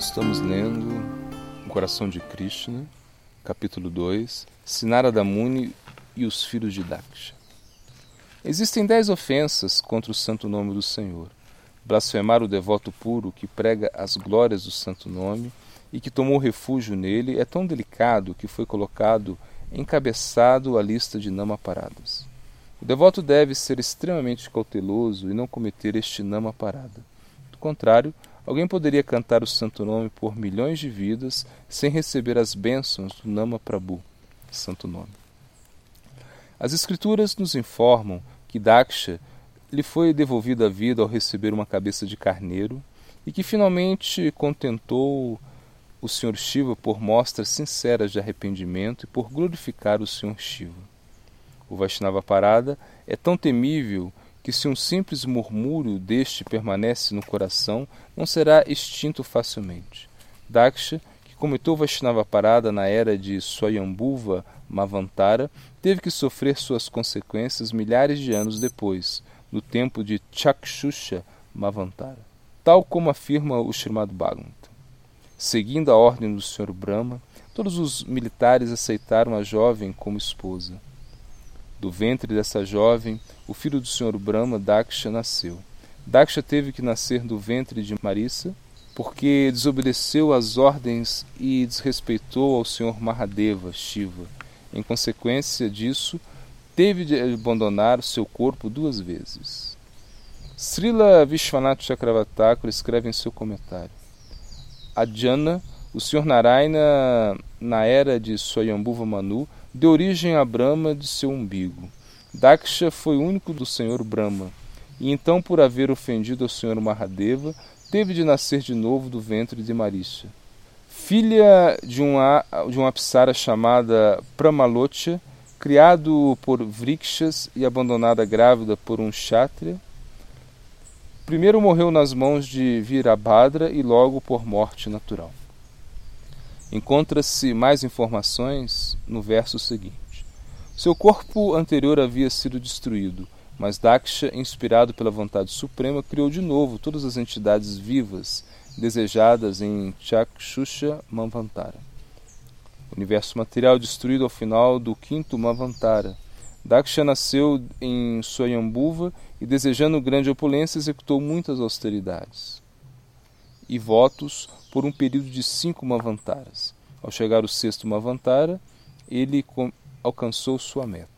Estamos lendo O Coração de Krishna, capítulo 2, Narada Muni e os filhos de Daksha. Existem 10 ofensas contra o santo nome do Senhor. Blasfemar o devoto puro que prega as glórias do santo nome e que tomou refúgio nele é tão delicado que foi colocado encabeçado à lista de Namaparadas. O devoto deve ser extremamente cauteloso e não cometer este Namaparada. Do contrário, alguém poderia cantar o santo nome por milhões de vidas sem receber as bênçãos do Nama Prabhu, santo nome. As escrituras nos informam que Daksha lhe foi devolvida a vida ao receber uma cabeça de carneiro e que finalmente contentou o Sr. Shiva por mostras sinceras de arrependimento e por glorificar o Sr. Shiva. O Vaishnava Parada é tão temível que se um simples murmúrio deste permanece no coração, não será extinto facilmente. Daksha, que cometeu Vaishnava Parada na era de Swayambhuva Mavantara, teve que sofrer suas consequências milhares de anos depois, no tempo de Chakshusha Mavantara, tal como afirma o Srimad Bhagavatam. Seguindo a ordem do Sr. Brahma, todos os militares aceitaram a jovem como esposa. Do ventre dessa jovem, o filho do Sr. Brahma, Daksha, nasceu. Daksha teve que nascer do ventre de Marissa, porque desobedeceu às ordens e desrespeitou ao Sr. Mahadeva, Shiva. Em consequência disso, teve de abandonar seu corpo 2 vezes. Srila Vishwanath Chakravarti escreve em seu comentário: Adjana, o Sr. Narayana, na era de Swayambhuva Manu, deu origem a Brahma de seu umbigo. Daksha foi único do Sr. Brahma, e então, por haver ofendido ao Sr. Mahadeva, teve de nascer de novo do ventre de Marisha. Filha de uma apsara chamada Pramalocha, criado por Vrikshas e abandonada grávida por um Kshatriya, primeiro morreu nas mãos de Virabhadra e logo por morte natural. Encontra-se mais informações no verso seguinte. Seu corpo anterior havia sido destruído, mas Daksha, inspirado pela vontade suprema, criou de novo todas as entidades vivas desejadas em Chakshusha Manvantara. Universo material destruído ao final do 5º Manvantara. Daksha nasceu em Swayambhuva e, desejando grande opulência, executou muitas austeridades e votos por um período de 5 Manvantaras. Ao chegar ao 6º Manvantara, ele alcançou sua meta.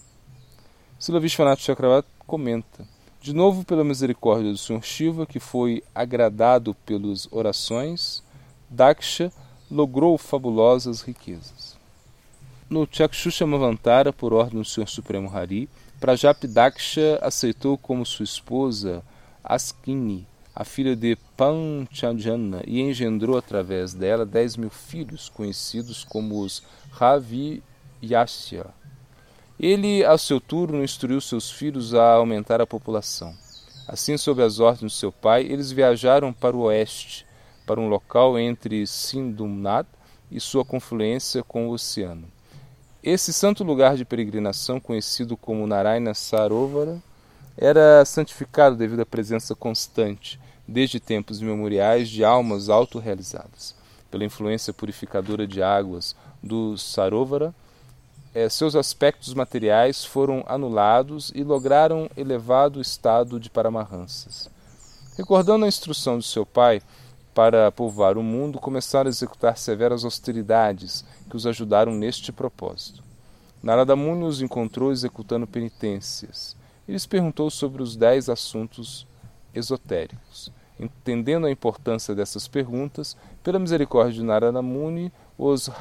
Srila Vishwanath Chakravarti comenta: de novo, pela misericórdia do Sr. Shiva, que foi agradado pelas orações, Daksha logrou fabulosas riquezas. No Chakshusha Manvantara, por ordem do Sr. Supremo Hari, Prajapati Daksha aceitou como sua esposa Askini, a filha de Panchajana, e engendrou através dela 10.000 filhos, conhecidos como os Ravivyasya. Ele, ao seu turno, instruiu seus filhos a aumentar a população. Assim, sob as ordens de seu pai, eles viajaram para o oeste, para um local entre Sindhumnath e sua confluência com o oceano. Esse santo lugar de peregrinação, conhecido como Narayana Sarovara, era santificado devido à presença constante, desde tempos imemoriais, de almas autorrealizadas. Pela influência purificadora de águas do Sarovara, seus aspectos materiais foram anulados e lograram elevado estado de paramahansas. Recordando a instrução de seu pai para povoar o mundo, começaram a executar severas austeridades que os ajudaram neste propósito. Narada Muni os encontrou executando penitências. Ele lhes perguntou sobre os 10 assuntos esotéricos. Entendendo a importância dessas perguntas, pela misericórdia de Narada Muni, os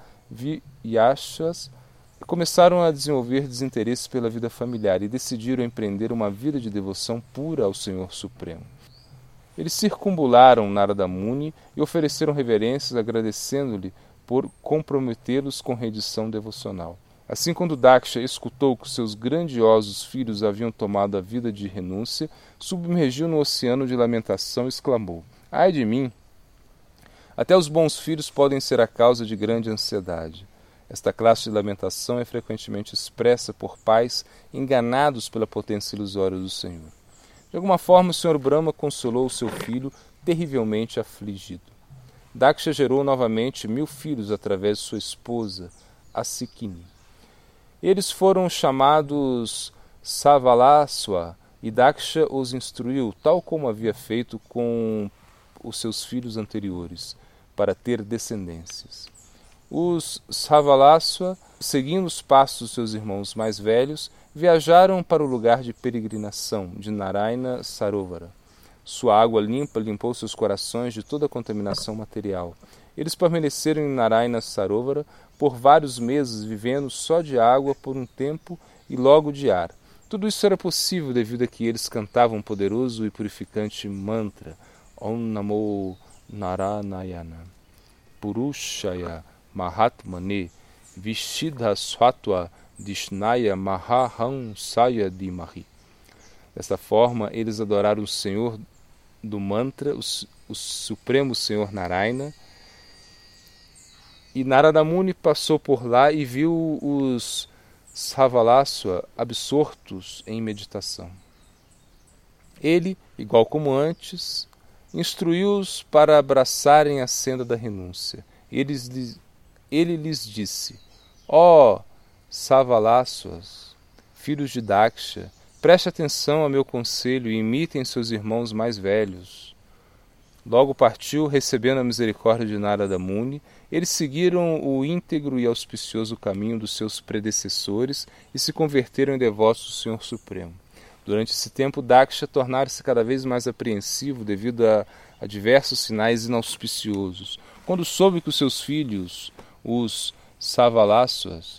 Harvyashas começaram a desenvolver desinteresse pela vida familiar e decidiram empreender uma vida de devoção pura ao Senhor Supremo. Eles circunambularam Narada Muni e ofereceram reverências, agradecendo-lhe por comprometê-los com rendição devocional. Assim, quando Daksha escutou que seus grandiosos filhos haviam tomado a vida de renúncia, submergiu no oceano de lamentação e exclamou: ai de mim! Até os bons filhos podem ser a causa de grande ansiedade. Esta classe de lamentação é frequentemente expressa por pais enganados pela potência ilusória do Senhor. De alguma forma, o Sr. Brahma consolou o seu filho terrivelmente afligido. Daksha gerou novamente 1000 filhos através de sua esposa, Asikini. Eles foram chamados Savalaswa, e Daksha os instruiu, tal como havia feito com os seus filhos anteriores, para ter descendências. Os Savalaswa, seguindo os passos dos seus irmãos mais velhos, viajaram para o lugar de peregrinação de Narayana Sarovara. Sua água limpa limpou seus corações de toda contaminação material. Eles permaneceram em Narayana Sarovara por vários meses, vivendo só de água por um tempo e logo de ar. Tudo isso era possível devido a que eles cantavam um poderoso e purificante mantra, Om Namo Narayana, Purushaya Mahatmane, Vishiddha Swatva Dishnaya Mahahamsaya Dimahi. Desta forma, eles adoraram o Senhor do mantra, o Supremo Senhor Narayana. E Narada Muni passou por lá e viu os Savalaswa absortos em meditação. Ele, igual como antes, instruiu-os para abraçarem a senda da renúncia. Ele lhes disse: ó Savalaswas, filhos de Daksha, preste atenção ao meu conselho e imitem seus irmãos mais velhos. Logo partiu, recebendo a misericórdia de Narada Muni. Eles seguiram o íntegro e auspicioso caminho dos seus predecessores e se converteram em devotos do Senhor Supremo. Durante esse tempo, Daksha tornara-se cada vez mais apreensivo devido a diversos sinais inauspiciosos. Quando soube que os seus filhos, os Savalaswas,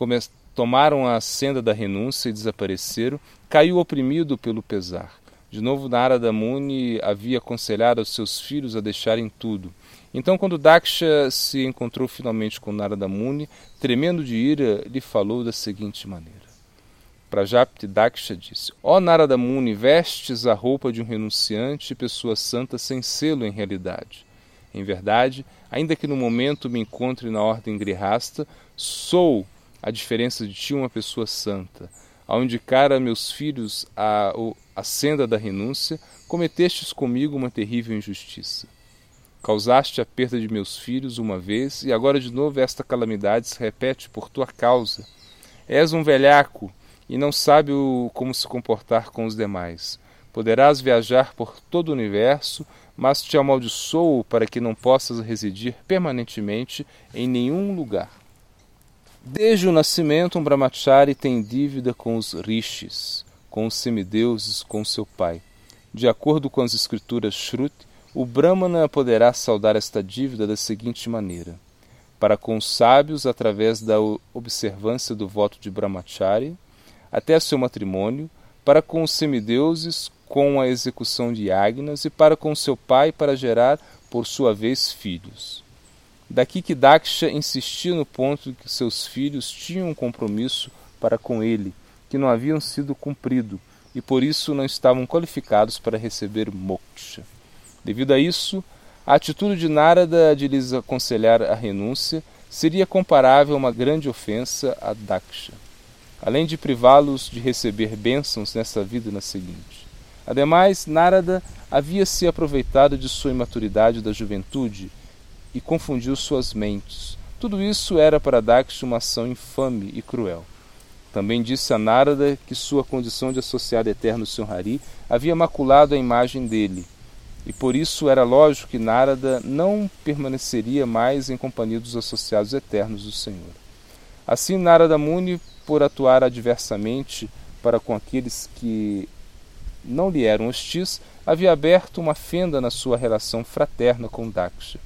tomaram a senda da renúncia e desapareceram, caiu oprimido pelo pesar. De novo, Narada Muni havia aconselhado aos seus filhos a deixarem tudo. Então, quando Daksha se encontrou finalmente com Narada Muni, tremendo de ira, lhe falou da seguinte maneira. Prajapati Daksha disse: ó Narada Muni, vestes a roupa de um renunciante e pessoa santa sem selo em realidade. Em verdade, ainda que no momento me encontre na ordem grihasta, sou a diferença de ti uma pessoa santa. Ao indicar a meus filhos a senda da renúncia, cometestes comigo uma terrível injustiça. Causaste a perda de meus filhos uma vez, e agora de novo esta calamidade se repete por tua causa. És um velhaco, e não sabe como se comportar com os demais. Poderás viajar por todo o universo, mas te amaldiçoo para que não possas residir permanentemente em nenhum lugar. Desde o nascimento, um brahmachari tem dívida com os rishis, com os semideuses, com seu pai. De acordo com as escrituras Shruti, o Brahmana poderá saldar esta dívida da seguinte maneira: para com os sábios, através da observância do voto de brahmachari, até seu matrimônio, para com os semideuses, com a execução de yagnas, e para com seu pai, para gerar, por sua vez, filhos. Daqui que Daksha insistia no ponto de que seus filhos tinham um compromisso para com ele, que não haviam sido cumprido, e por isso não estavam qualificados para receber moksha. Devido a isso, a atitude de Narada de lhes aconselhar a renúncia seria comparável a uma grande ofensa a Daksha, além de privá-los de receber bênçãos nessa vida e na seguinte. Ademais, Narada havia se aproveitado de sua imaturidade da juventude e confundiu suas mentes. Tudo isso era para Daksha uma ação infame e cruel. Também disse a Narada que sua condição de associado eterno Sr. Hari havia maculado a imagem dele, e por isso era lógico que Narada não permaneceria mais em companhia dos associados eternos do Senhor. Assim, Narada Muni, por atuar adversamente para com aqueles que não lhe eram hostis, havia aberto uma fenda na sua relação fraterna com Daksha.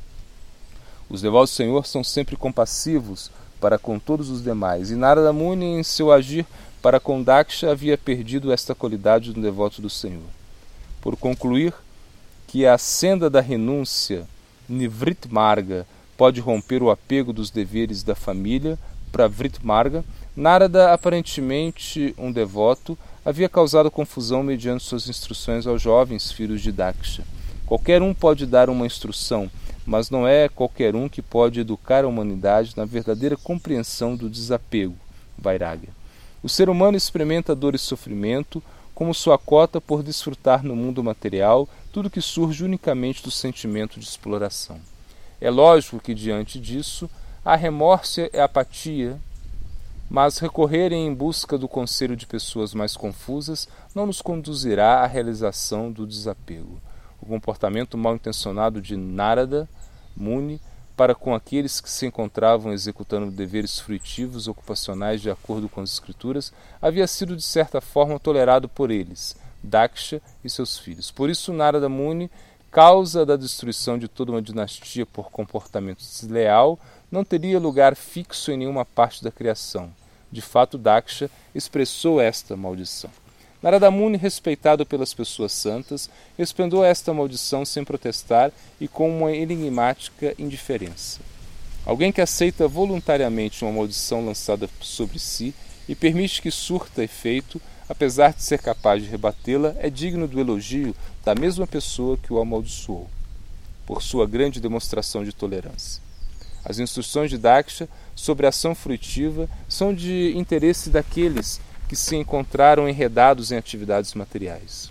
Os devotos do Senhor são sempre compassivos para com todos os demais, e Narada Muni, em seu agir para com Daksha, havia perdido esta qualidade do devoto do Senhor. Por concluir que a senda da renúncia, Nivrit Marga, pode romper o apego dos deveres da família para Vrit Marga, Narada, aparentemente um devoto, havia causado confusão mediante suas instruções aos jovens filhos de Daksha. Qualquer um pode dar uma instrução, mas não é qualquer um que pode educar a humanidade na verdadeira compreensão do desapego, Vairagya. O ser humano experimenta dor e sofrimento como sua cota por desfrutar no mundo material tudo que surge unicamente do sentimento de exploração. É lógico que, diante disso, há remorso e apatia, mas recorrer em busca do conselho de pessoas mais confusas não nos conduzirá à realização do desapego. O comportamento mal intencionado de Narada Muni para com aqueles que se encontravam executando deveres fruitivos ocupacionais de acordo com as Escrituras havia sido de certa forma tolerado por eles, Daksha e seus filhos. Por isso Narada Muni, causa da destruição de toda uma dinastia por comportamento desleal, não teria lugar fixo em nenhuma parte da criação. De fato, Daksha expressou esta maldição. Narada Muni, respeitado pelas pessoas santas, respondeu a esta maldição sem protestar e com uma enigmática indiferença. Alguém que aceita voluntariamente uma maldição lançada sobre si e permite que surta efeito, apesar de ser capaz de rebatê-la, é digno do elogio da mesma pessoa que o amaldiçoou, por sua grande demonstração de tolerância. As instruções de Daksha sobre a ação fruitiva são de interesse daqueles que se encontraram enredados em atividades materiais.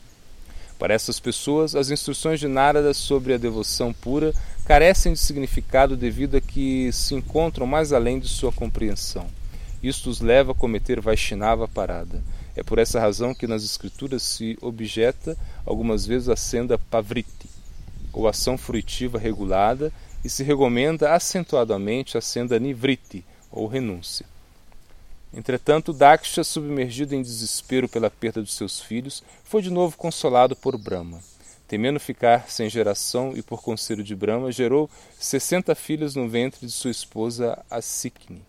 Para essas pessoas, as instruções de Narada sobre a devoção pura carecem de significado devido a que se encontram mais além de sua compreensão. Isto os leva a cometer Vaishnava parada. É por essa razão que nas escrituras se objeta algumas vezes a senda pavriti, ou ação fruitiva regulada, e se recomenda acentuadamente a senda nivriti, ou renúncia. Entretanto, Daksha, submergido em desespero pela perda de seus filhos, foi de novo consolado por Brahma. Temendo ficar sem geração e por conselho de Brahma, gerou 60 filhas no ventre de sua esposa Asikni.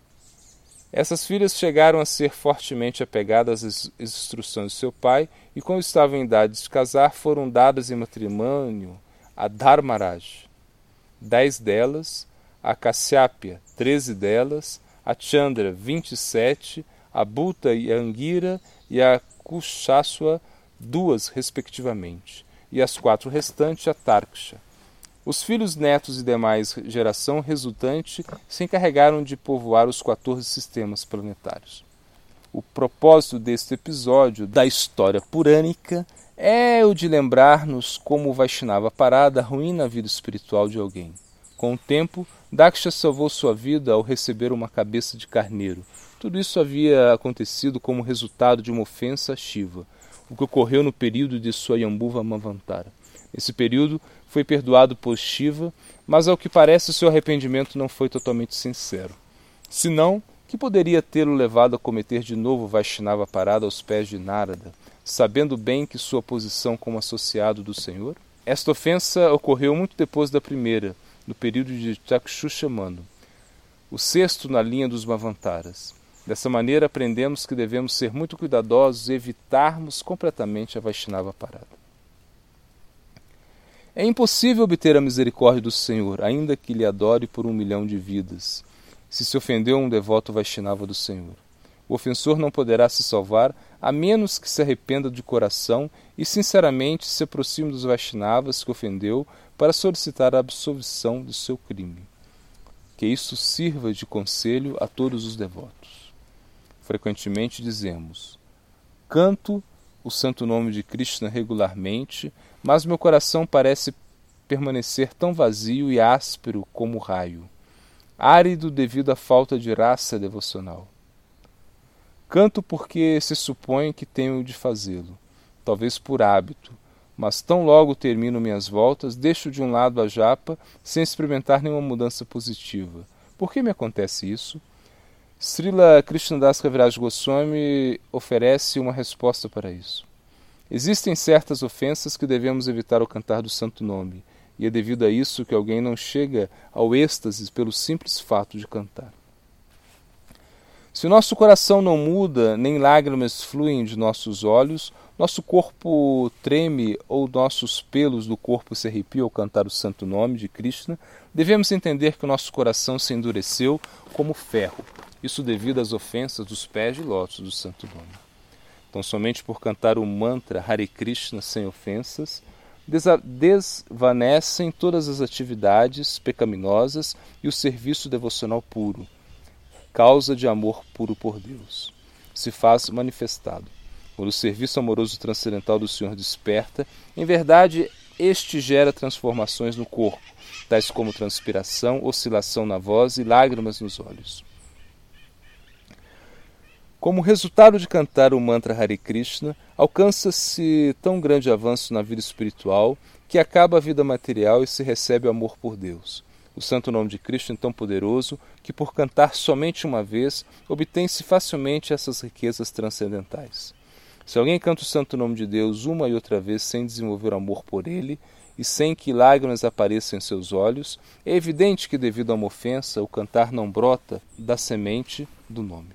Essas filhas chegaram a ser fortemente apegadas às instruções de seu pai e, quando estavam em idade de casar, foram dadas em matrimônio a Dharmaraj. 10 delas, a Kasyapya, 13 delas, a Chandra, 27, a Bhuta e a Angira e a Kushaswa, 2, respectivamente, e as 4 restantes a Tarksha. Os filhos, netos e demais geração resultante se encarregaram de povoar os 14 sistemas planetários. O propósito deste episódio da história purânica é o de lembrar-nos como o Vaishnava parada arruína a vida espiritual de alguém. Com o tempo, Daksha salvou sua vida ao receber uma cabeça de carneiro. Tudo isso havia acontecido como resultado de uma ofensa a Shiva, o que ocorreu no período de Swayambhuva Manvantara. Nesse período, foi perdoado por Shiva, mas ao que parece seu arrependimento não foi totalmente sincero. Senão, que poderia tê-lo levado a cometer de novo Vaishnava parada aos pés de Narada, sabendo bem que sua posição como associado do Senhor? Esta ofensa ocorreu muito depois da primeira, no período de Chakshusha Manu, o sexto na linha dos Manvantaras. Dessa maneira, aprendemos que devemos ser muito cuidadosos e evitarmos completamente a Vaishnava parada. É impossível obter a misericórdia do Senhor, ainda que lhe adore por 1 milhão de vidas, se ofendeu um devoto Vaishnava do Senhor. O ofensor não poderá se salvar a menos que se arrependa de coração e sinceramente se aproxime dos Vaishnavas que ofendeu para solicitar a absolvição de seu crime. Que isso sirva de conselho a todos os devotos. Frequentemente dizemos: canto o santo nome de Krishna regularmente, mas meu coração parece permanecer tão vazio e áspero como o raio, árido devido à falta de raça devocional. Canto porque se supõe que tenho de fazê-lo, talvez por hábito, mas tão logo termino minhas voltas, deixo de um lado a japa sem experimentar nenhuma mudança positiva. Por que me acontece isso? Srila Krishnadas Kaviraj Goswami oferece uma resposta para isso. Existem certas ofensas que devemos evitar ao cantar do santo nome, e é devido a isso que alguém não chega ao êxtase pelo simples fato de cantar. Se o nosso coração não muda, nem lágrimas fluem de nossos olhos, nosso corpo treme ou nossos pelos do corpo se arrepiam ao cantar o santo nome de Krishna, devemos entender que o nosso coração se endureceu como ferro, isso devido às ofensas dos pés de lótus do santo nome. Então, somente por cantar o mantra Hare Krishna sem ofensas, desvanecem todas as atividades pecaminosas e o serviço devocional puro, causa de amor puro por Deus, se faz manifestado. Quando o serviço amoroso transcendental do Senhor desperta, em verdade este gera transformações no corpo, tais como transpiração, oscilação na voz e lágrimas nos olhos. Como resultado de cantar o mantra Hare Krishna, alcança-se tão grande avanço na vida espiritual que acaba a vida material e se recebe o amor por Deus. O santo nome de Krishna é tão poderoso que, por cantar somente uma vez, obtém-se facilmente essas riquezas transcendentais. Se alguém canta o santo nome de Deus uma e outra vez sem desenvolver amor por ele e sem que lágrimas apareçam em seus olhos, é evidente que, devido a uma ofensa, o cantar não brota da semente do nome.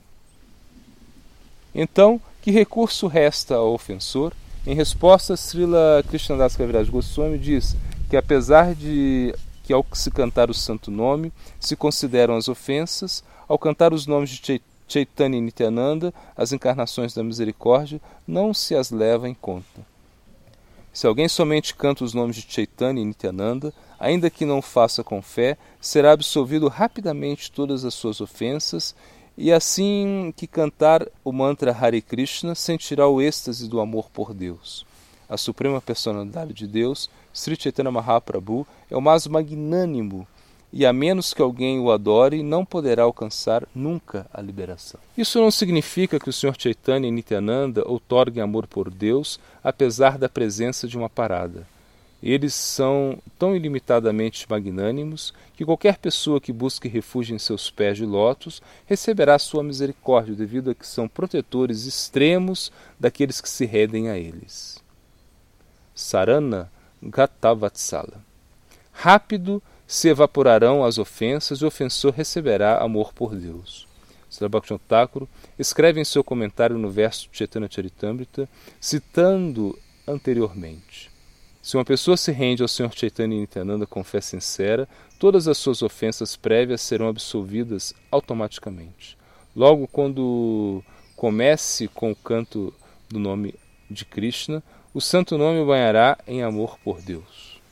Então, que recurso resta ao ofensor? Em resposta, Srila Krishnadas Kaviraj Goswami diz que, apesar de que ao se cantar o santo nome se consideram as ofensas, ao cantar os nomes de Chaitanya e Nityananda, as encarnações da misericórdia, não se as leva em conta. Se alguém somente canta os nomes de Chaitanya e Nityananda, ainda que não o faça com fé, será absolvido rapidamente todas as suas ofensas, e assim que cantar o mantra Hare Krishna, sentirá o êxtase do amor por Deus. A suprema personalidade de Deus, Sri Chaitanya Mahaprabhu, é o mais magnânimo, e a menos que alguém o adore, não poderá alcançar nunca a liberação. Isso não significa que o Sr. Chaitanya e Nityananda outorguem amor por Deus, apesar da presença de uma parada. Eles são tão ilimitadamente magnânimos que qualquer pessoa que busque refúgio em seus pés de lótus receberá sua misericórdia, devido a que são protetores extremos daqueles que se rendem a eles. Sarana Gatavatsala. Rápido se evaporarão as ofensas e o ofensor receberá amor por Deus. Srila Bhaktivinoda Thakur escreve em seu comentário no verso de Chaitanya Charitamrita, citando anteriormente: se uma pessoa se rende ao Sr. Chaitanya e Nityananda com fé sincera, todas as suas ofensas prévias serão absolvidas automaticamente. Logo quando comece com o canto do nome de Krishna, o santo nome o banhará em amor por Deus.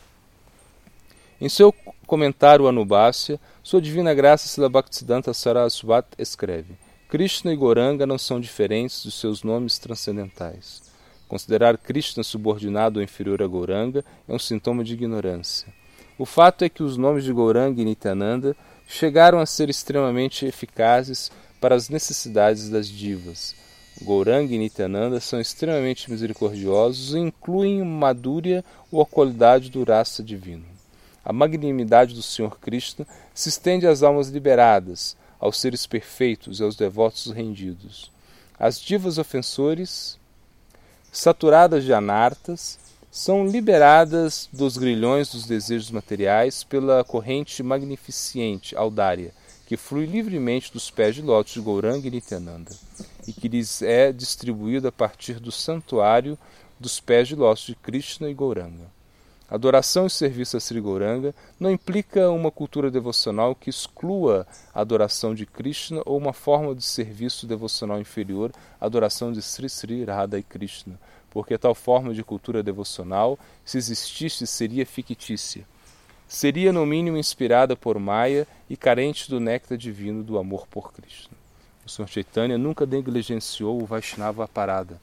Em seu comentário Anubhasya, sua divina graça Srila Bhaktisiddhanta Saraswati escreve: Krishna e Gauranga não são diferentes dos seus nomes transcendentais. Considerar Krishna subordinado ou inferior a Gauranga é um sintoma de ignorância. O fato é que os nomes de Gauranga e Nityananda chegaram a ser extremamente eficazes para as necessidades das divas. Gauranga e Nityananda são extremamente misericordiosos e incluem Madhurya ou a qualidade do rasa divino. A magnanimidade do Sr. Krishna se estende às almas liberadas, aos seres perfeitos e aos devotos rendidos. As divas ofensores, saturadas de anartas, são liberadas dos grilhões dos desejos materiais pela corrente magnificente, Audária, que flui livremente dos pés de lótus de Gauranga e Nityananda, e que lhes é distribuída a partir do santuário dos pés de lótus de Krishna e Gauranga. Adoração e serviço a Sri Gauranga não implica uma cultura devocional que exclua a adoração de Krishna ou uma forma de serviço devocional inferior à adoração de Sri Sri Radha e Krishna, porque tal forma de cultura devocional, se existisse, seria fictícia. Seria, no mínimo, inspirada por Maya e carente do néctar divino do amor por Krishna. O Sr. Chaitanya nunca negligenciou o Vaishnava Parada.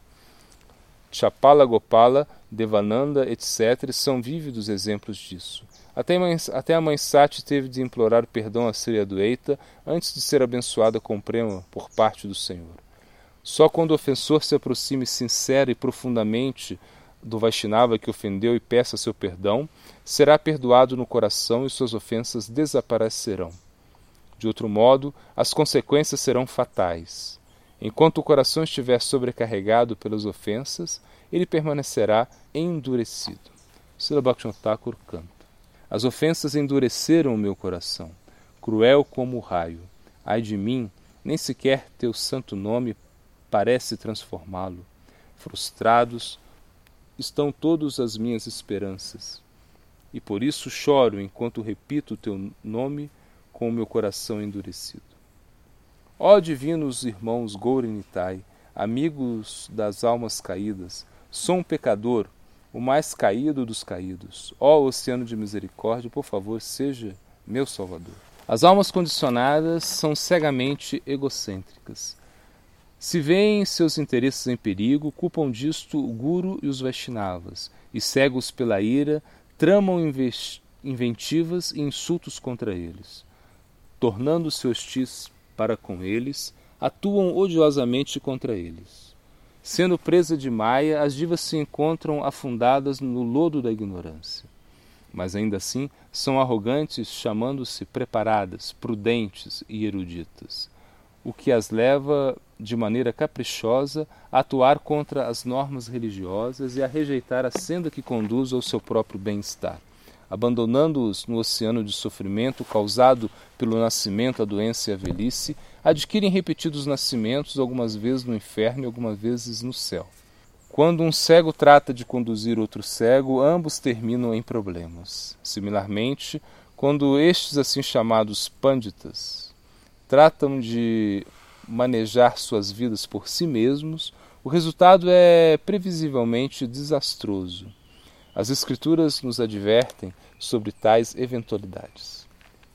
Chapala Gopala, Devananda, etc., são vívidos exemplos disso. Até a mãe Sati teve de implorar perdão a Sri Adwaita antes de ser abençoada com prema por parte do Senhor. Só quando o ofensor se aproxime sincera e profundamente do Vaishnava que ofendeu e peça seu perdão, será perdoado no coração e suas ofensas desaparecerão. De outro modo, as consequências serão fatais. Enquanto o coração estiver sobrecarregado pelas ofensas, ele permanecerá endurecido. Srila Bhaktivinoda Thakur canta: as ofensas endureceram o meu coração, cruel como o raio. Ai de mim, nem sequer teu santo nome parece transformá-lo. Frustrados estão todas as minhas esperanças, e por isso choro enquanto repito o teu nome com o meu coração endurecido. Ó divinos irmãos Gaura e Nitai, amigos das almas caídas, sou um pecador, o mais caído dos caídos. Ó oceano de misericórdia, por favor, seja meu salvador. As almas condicionadas são cegamente egocêntricas. Se veem seus interesses em perigo, culpam disto o Guru e os Vaishnavas, e cegos pela ira, tramam inventivas e insultos contra eles. Tornando-se hostis para com eles, atuam odiosamente contra eles. Sendo presa de Maya, as divas se encontram afundadas no lodo da ignorância. Mas ainda assim são arrogantes, chamando-se preparadas, prudentes e eruditas, o que as leva, de maneira caprichosa, a atuar contra as normas religiosas e a rejeitar a senda que conduz ao seu próprio bem-estar. Abandonando-os no oceano de sofrimento causado pelo nascimento, a doença e a velhice, adquirem repetidos nascimentos, algumas vezes no inferno e algumas vezes no céu. Quando um cego trata de conduzir outro cego, ambos terminam em problemas. Similarmente, quando estes assim chamados pânditas tratam de manejar suas vidas por si mesmos, o resultado é previsivelmente desastroso. As Escrituras nos advertem sobre tais eventualidades.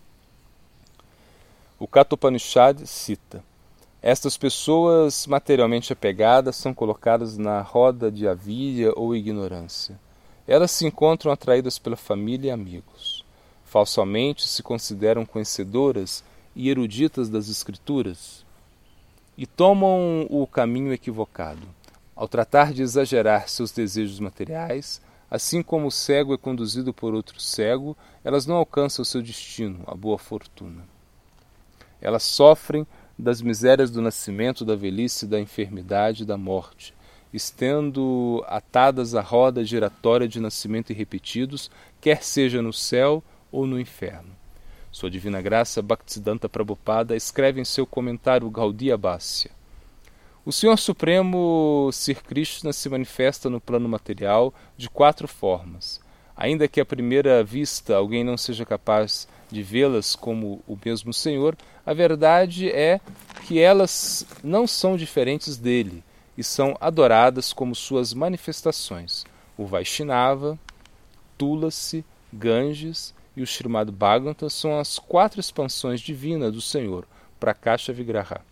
O Kathopanishad cita: estas pessoas materialmente apegadas são colocadas na roda de avilha ou ignorância. Elas se encontram atraídas pela família e amigos. Falsamente se consideram conhecedoras e eruditas das Escrituras e tomam o caminho equivocado. Ao tratar de exagerar seus desejos materiais, assim como o cego é conduzido por outro cego, elas não alcançam o seu destino, a boa fortuna. Elas sofrem das misérias do nascimento, da velhice, da enfermidade e da morte, estando atadas à roda giratória de nascimento irrepetidos, quer seja no céu ou no inferno. Sua Divina Graça Bhaktisiddhanta Prabhupada escreve em seu comentário Gaudiya Bhasya: o Senhor Supremo Sri Krishna se manifesta no plano material de 4 formas. Ainda que à primeira vista alguém não seja capaz de vê-las como o mesmo Senhor, a verdade é que elas não são diferentes dele e são adoradas como suas manifestações. O Vaishnava, Tulasi, Ganges e o Srimad Bhagavatam são as 4 expansões divinas do Senhor, Prakasha Vigraha.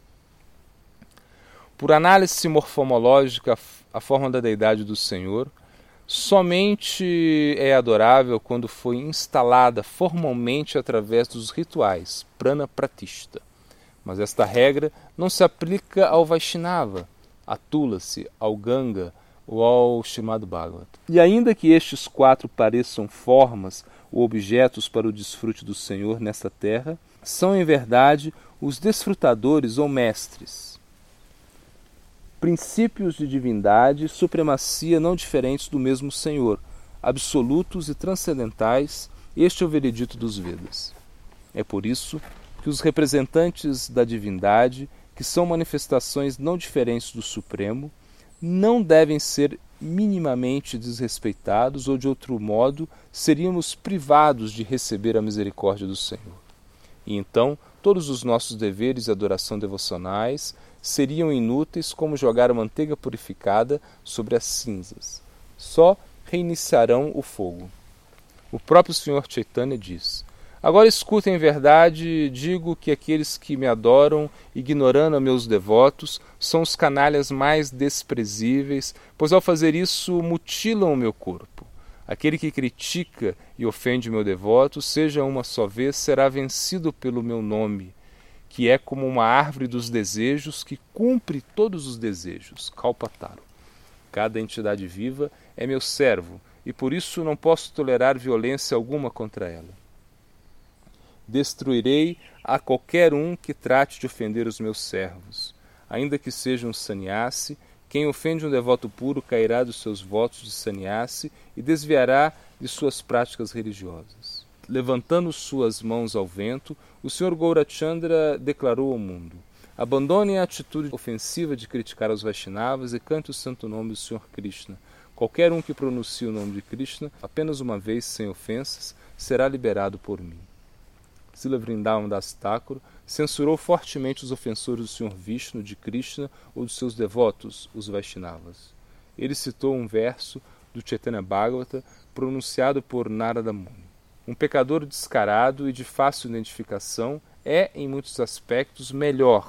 Por análise morfomológica, a forma da deidade do Senhor somente é adorável quando foi instalada formalmente através dos rituais, Prana Pratishta. Mas esta regra não se aplica ao Vaishnava, a Tulasi, ao Ganga ou ao Srimad Bhagavatam. E ainda que estes 4 pareçam formas ou objetos para o desfrute do Senhor nesta terra, são em verdade os desfrutadores ou mestres, princípios de divindade e supremacia não diferentes do mesmo Senhor, absolutos e transcendentais. Este é o veredito dos Vedas. É por isso que os representantes da divindade, que são manifestações não diferentes do Supremo, não devem ser minimamente desrespeitados, ou de outro modo seríamos privados de receber a misericórdia do Senhor. E então todos os nossos deveres e adoração devocionais seriam inúteis como jogar manteiga purificada sobre as cinzas. Só reiniciarão o fogo. O próprio Senhor Chaitanya diz: agora escutem em verdade, digo que aqueles que me adoram, ignorando a meus devotos, são os canalhas mais desprezíveis, pois ao fazer isso mutilam o meu corpo. Aquele que critica e ofende meu devoto, seja uma só vez, será vencido pelo meu nome, que é como uma árvore dos desejos que cumpre todos os desejos, Kalpataru. Cada entidade viva é meu servo, e por isso não posso tolerar violência alguma contra ela. Destruirei a qualquer um que trate de ofender os meus servos. Ainda que seja um sannyasi, quem ofende um devoto puro cairá dos seus votos de sannyasi e desviará de suas práticas religiosas. Levantando suas mãos ao vento, o Sr. Gaurachandra declarou ao mundo: abandonem a atitude ofensiva de criticar os Vaishnavas e cante o santo nome do Sr. Krishna. Qualquer um que pronuncie o nome de Krishna apenas uma vez, sem ofensas, será liberado por mim. Srila Vrindavan Das Thakur censurou fortemente os ofensores do Sr. Vishnu, de Krishna ou dos seus devotos, os Vaishnavas. Ele citou um verso do Chaitanya Bhagavata pronunciado por Narada Muni. Um pecador descarado e de fácil identificação é, em muitos aspectos, melhor,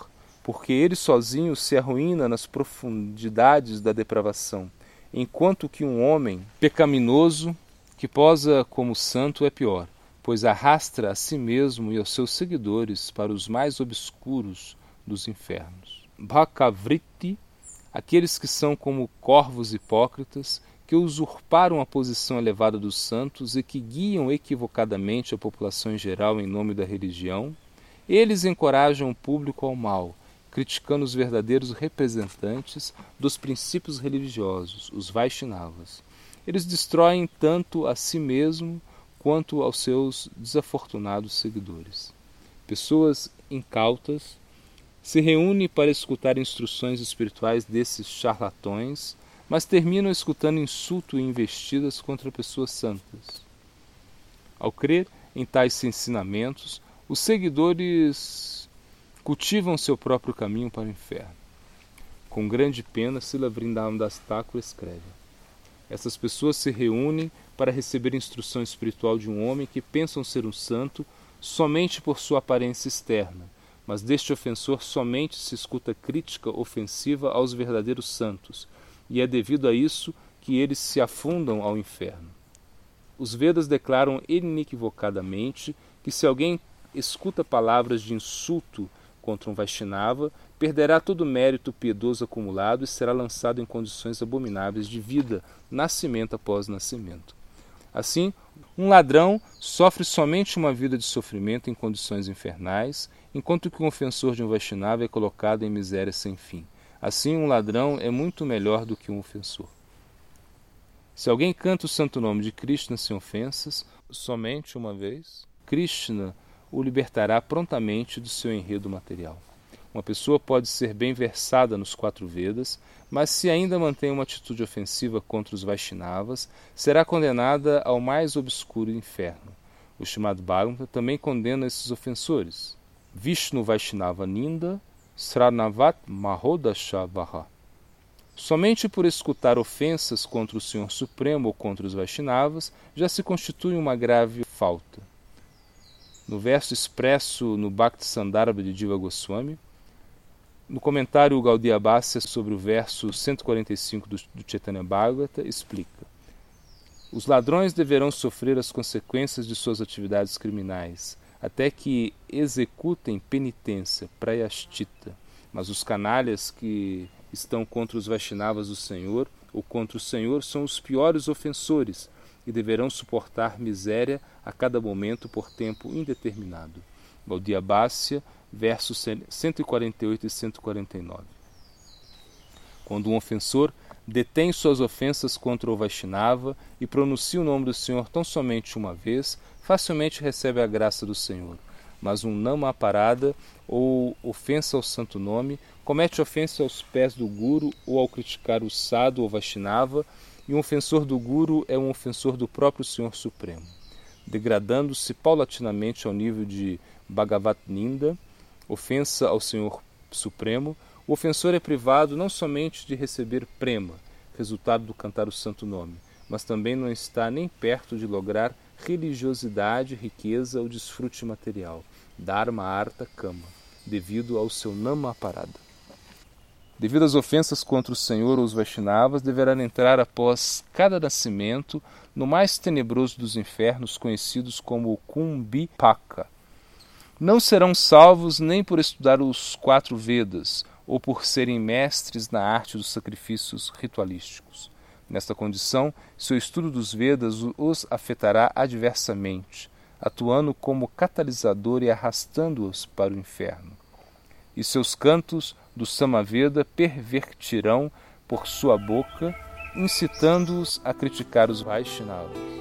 porque ele sozinho se arruína nas profundidades da depravação, enquanto que um homem pecaminoso que posa como santo é pior, pois arrastra a si mesmo e aos seus seguidores para os mais obscuros dos infernos. Bhakavriti, aqueles que são como corvos hipócritas, que usurparam a posição elevada dos santos e que guiam equivocadamente a população em geral em nome da religião, eles encorajam o público ao mal, criticando os verdadeiros representantes dos princípios religiosos, os Vaishnavas. Eles destroem tanto a si mesmo quanto aos seus desafortunados seguidores. Pessoas incautas se reúnem para escutar instruções espirituais desses charlatões, mas terminam escutando insulto e investidas contra pessoas santas. Ao crer em tais ensinamentos, os seguidores cultivam seu próprio caminho para o inferno. Com grande pena, Srila Vrindavan Das Thakur escreve: essas pessoas se reúnem para receber instrução espiritual de um homem que pensam ser um santo somente por sua aparência externa, mas deste ofensor somente se escuta crítica ofensiva aos verdadeiros santos, e é devido a isso que eles se afundam ao inferno. Os Vedas declaram inequivocadamente que se alguém escuta palavras de insulto contra um Vaishnava, perderá todo o mérito piedoso acumulado e será lançado em condições abomináveis de vida, nascimento após nascimento. Assim, um ladrão sofre somente uma vida de sofrimento em condições infernais, enquanto que um ofensor de um Vaishnava é colocado em miséria sem fim. Assim, um ladrão é muito melhor do que um ofensor. Se alguém canta o santo nome de Krishna sem ofensas, somente uma vez, Krishna o libertará prontamente do seu enredo material. Uma pessoa pode ser bem versada nos 4 Vedas, mas se ainda mantém uma atitude ofensiva contra os Vaishnavas, será condenada ao mais obscuro inferno. O Srimad Bhagavatam também condena esses ofensores. Vishnu Vaishnava Ninda Sranavat Mahodashavaha. Somente por escutar ofensas contra o Senhor Supremo ou contra os Vaishnavas já se constitui uma grave falta. No verso expresso no Bhakti Sandarbha de Jiva Goswami, no comentário Gaudiya Bhasya sobre o verso 145 do Chaitanya Bhagavata, explica: os ladrões deverão sofrer as consequências de suas atividades criminais, até que executem penitência, prayashtita, mas os canalhas que estão contra os Vaishnavas do Senhor ou contra o Senhor são os piores ofensores e deverão suportar miséria a cada momento por tempo indeterminado. Gaudiya Bhasya, versos 148 e 149. Quando um ofensor detém suas ofensas contra o Vaishnava e pronuncia o nome do Senhor tão somente uma vez, facilmente recebe a graça do Senhor. Mas um Namaparada, ou ofensa ao santo nome, comete ofensa aos pés do Guru ou ao criticar o Sadhu ou Vaishnava, e um ofensor do Guru é um ofensor do próprio Senhor Supremo. Degradando-se paulatinamente ao nível de Bhagavat Ninda, ofensa ao Senhor Supremo, o ofensor é privado não somente de receber prema, resultado do cantar o santo nome, mas também não está nem perto de lograr religiosidade, riqueza ou desfrute material, dharma, artha, kama, devido ao seu Namaparada. Devido às ofensas contra o Senhor ou os Vaishnavas, deverá entrar após cada nascimento no mais tenebroso dos infernos, conhecidos como o Kumbhipaka. Não serão salvos nem por estudar os 4 Vedas ou por serem mestres na arte dos sacrifícios ritualísticos. Nesta condição, seu estudo dos Vedas os afetará adversamente, atuando como catalisador e arrastando-os para o inferno. E seus cantos do Samaveda pervertirão por sua boca, incitando-os a criticar os Vaishnavas.